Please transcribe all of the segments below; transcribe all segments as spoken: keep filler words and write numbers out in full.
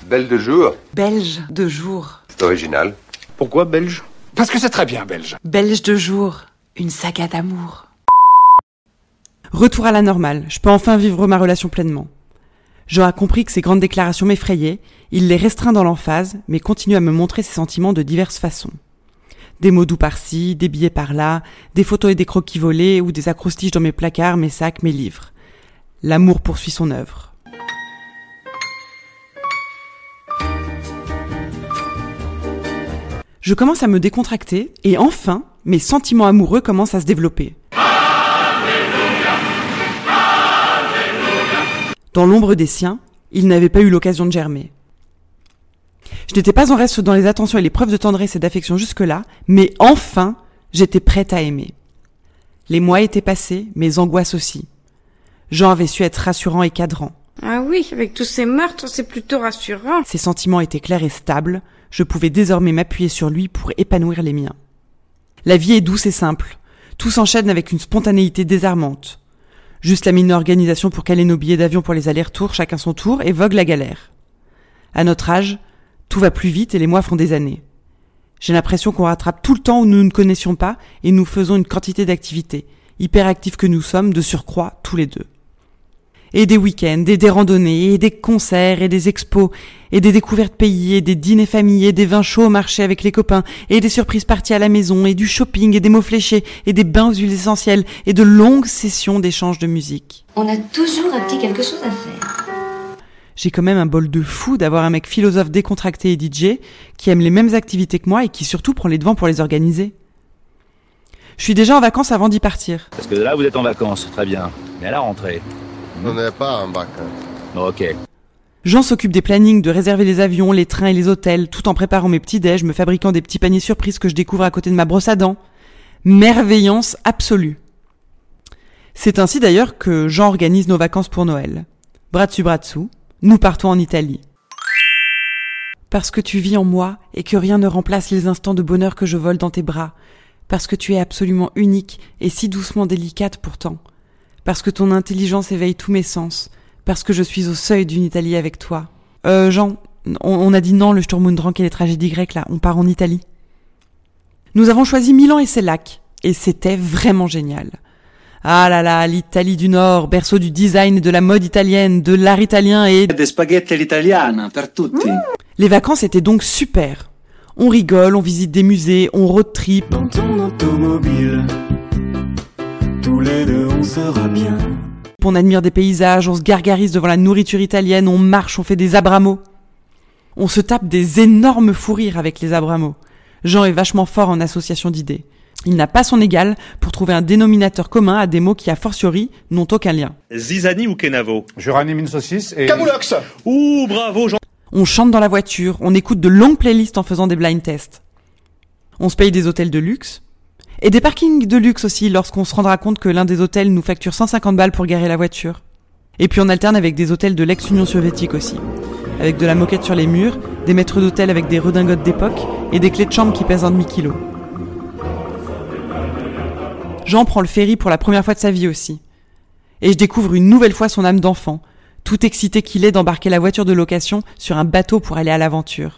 Belle de jour. Belge de jour. C'est original. Pourquoi belge ? Parce que c'est très bien belge. Belge de jour. Une saga d'amour. Retour à la normale. Je peux enfin vivre ma relation pleinement. Jean a compris que ses grandes déclarations m'effrayaient. Il les restreint dans l'emphase, mais continue à me montrer ses sentiments de diverses façons. Des mots doux par-ci, des billets par-là, des photos et des croquis volés ou des acrostiches dans mes placards, mes sacs, mes livres. L'amour poursuit son œuvre. Je commence à me décontracter et enfin, mes sentiments amoureux commencent à se développer. Alléluia, Alléluia. Dans l'ombre des siens, il n'avait pas eu l'occasion de germer. Je n'étais pas en reste dans les attentions et les preuves de tendresse et d'affection jusque-là, mais enfin, j'étais prête à aimer. Les mois étaient passés, mes angoisses aussi. Jean avait su être rassurant et cadrant. Ah oui, avec tous ces meurtres, c'est plutôt rassurant. Ses sentiments étaient clairs et stables, je pouvais désormais m'appuyer sur lui pour épanouir les miens. La vie est douce et simple, tout s'enchaîne avec une spontanéité désarmante. Juste la mine organisation pour caler nos billets d'avion pour les allers-retours, chacun son tour, et vogue la galère. À notre âge, tout va plus vite et les mois font des années. J'ai l'impression qu'on rattrape tout le temps où nous ne connaissions pas et nous faisons une quantité d'activités, hyperactifs que nous sommes, de surcroît, tous les deux. Et des week-ends, et des randonnées, et des concerts, et des expos, et des découvertes pays, et des dîners famille, et des vins chauds au marché avec les copains, et des surprises parties à la maison, et du shopping, et des mots fléchés, et des bains aux huiles essentielles, et de longues sessions d'échange de musique. On a toujours un petit quelque chose à faire. J'ai quand même un bol de fou d'avoir un mec philosophe décontracté et D J qui aime les mêmes activités que moi et qui surtout prend les devants pour les organiser. Je suis déjà en vacances avant d'y partir. Parce que là, vous êtes en vacances, très bien. Mais à la rentrée... On n'est pas en vacances. Ok. Jean s'occupe des plannings, de réserver les avions, les trains et les hôtels, tout en préparant mes petits déj, me fabriquant des petits paniers surprises que je découvre à côté de ma brosse à dents. Merveillance absolue. C'est ainsi d'ailleurs que Jean organise nos vacances pour Noël. Bras dessus, bras dessous, nous partons en Italie. Parce que tu vis en moi et que rien ne remplace les instants de bonheur que je vole dans tes bras. Parce que tu es absolument unique et si doucement délicate pourtant. Parce que ton intelligence éveille tous mes sens. Parce que je suis au seuil d'une Italie avec toi. Euh, Jean, on, on a dit non, le Sturm und Drang et les tragédies grecques, là, on part en Italie. Nous avons choisi Milan et ses lacs, et c'était vraiment génial. Ah là là, l'Italie du Nord, berceau du design et de la mode italienne, de l'art italien et... Des spaghetti all'italiana, per tutti. Mmh. Les vacances étaient donc super. On rigole, on visite des musées, on road trip. Dans ton automobile, tous les deux on sera bien. On admire des paysages, on se gargarise devant la nourriture italienne, on marche, on fait des abramos. On se tape des énormes fous rires avec les abramos. Jean est vachement fort en association d'idées. Il n'a pas son égal pour trouver un dénominateur commun à des mots qui, a fortiori, n'ont aucun lien. Zizani ou Kenavo ? Je ranime une saucisse et... Camoulox ! Ouh, bravo, Jean. On chante dans la voiture, on écoute de longues playlists en faisant des blind tests. On se paye des hôtels de luxe. Et des parkings de luxe aussi, lorsqu'on se rendra compte que l'un des hôtels nous facture cent cinquante balles pour garer la voiture. Et puis on alterne avec des hôtels de l'ex-Union soviétique aussi. Avec de la moquette sur les murs, des maîtres d'hôtel avec des redingotes d'époque et des clés de chambre qui pèsent un demi-kilo. Jean prend le ferry pour la première fois de sa vie aussi. Et je découvre une nouvelle fois son âme d'enfant, tout excité qu'il est d'embarquer la voiture de location sur un bateau pour aller à l'aventure.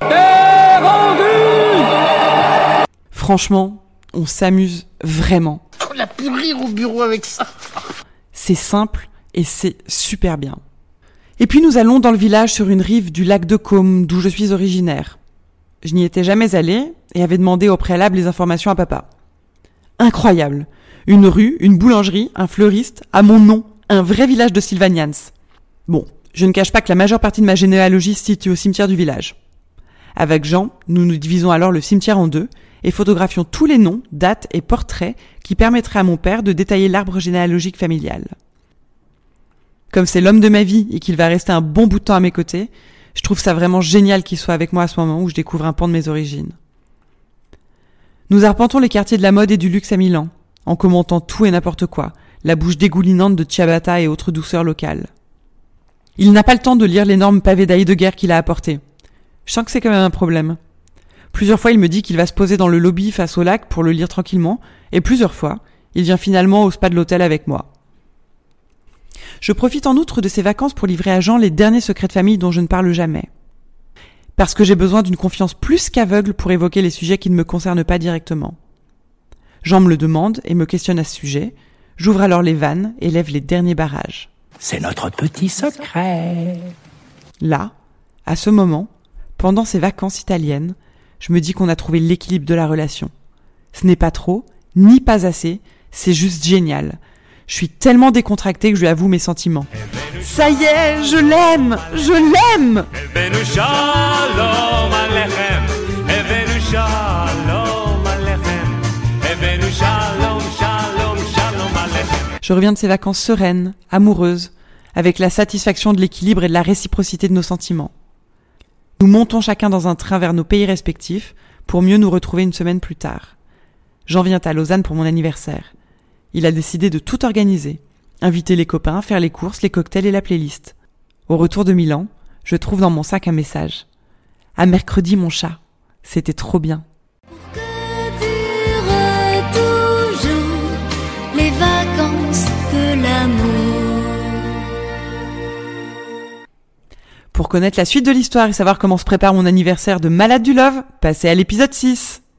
Franchement, on s'amuse vraiment. On a pu rire au bureau avec ça. C'est simple et c'est super bien. Et puis nous allons dans le village sur une rive du lac de Côme, d'où je suis originaire. Je n'y étais jamais allée et avais demandé au préalable les informations à papa. Incroyable. Une rue, une boulangerie, un fleuriste, à mon nom, un vrai village de Sylvanians. Bon, je ne cache pas que la majeure partie de ma généalogie se situe au cimetière du village. Avec Jean, nous nous divisons alors le cimetière en deux et photographions tous les noms, dates et portraits qui permettraient à mon père de détailler l'arbre généalogique familial. Comme c'est l'homme de ma vie et qu'il va rester un bon bout de temps à mes côtés, je trouve ça vraiment génial qu'il soit avec moi à ce moment où je découvre un pan de mes origines. Nous arpentons les quartiers de la mode et du luxe à Milan, en commentant tout et n'importe quoi, la bouche dégoulinante de ciabatta et autres douceurs locales. Il n'a pas le temps de lire l'énorme pavé d'ail de guerre qu'il a apporté. Je sens que c'est quand même un problème. Plusieurs fois, il me dit qu'il va se poser dans le lobby face au lac pour le lire tranquillement, et plusieurs fois, il vient finalement au spa de l'hôtel avec moi. Je profite en outre de ces vacances pour livrer à Jean les derniers secrets de famille dont je ne parle jamais. Parce que j'ai besoin d'une confiance plus qu'aveugle pour évoquer les sujets qui ne me concernent pas directement. Jean me le demande et me questionne à ce sujet. J'ouvre alors les vannes et lève les derniers barrages. C'est notre petit secret. Là, à ce moment, pendant ces vacances italiennes, je me dis qu'on a trouvé l'équilibre de la relation. Ce n'est pas trop, ni pas assez, c'est juste génial. Je suis tellement décontractée que je lui avoue mes sentiments. Ça y est, je l'aime, je l'aime. Je reviens de ces vacances sereines, amoureuses, avec la satisfaction de l'équilibre et de la réciprocité de nos sentiments. Nous montons chacun dans un train vers nos pays respectifs pour mieux nous retrouver une semaine plus tard. Jean vient à Lausanne pour mon anniversaire. Il a décidé de tout organiser. Inviter les copains, faire les courses, les cocktails et la playlist. Au retour de Milan, je trouve dans mon sac un message. À mercredi, mon chat. C'était trop bien. Que durent toujours les vacances de l'amour. Pour connaître la suite de l'histoire et savoir comment se prépare mon anniversaire de Malade du Love, passez à l'épisode six.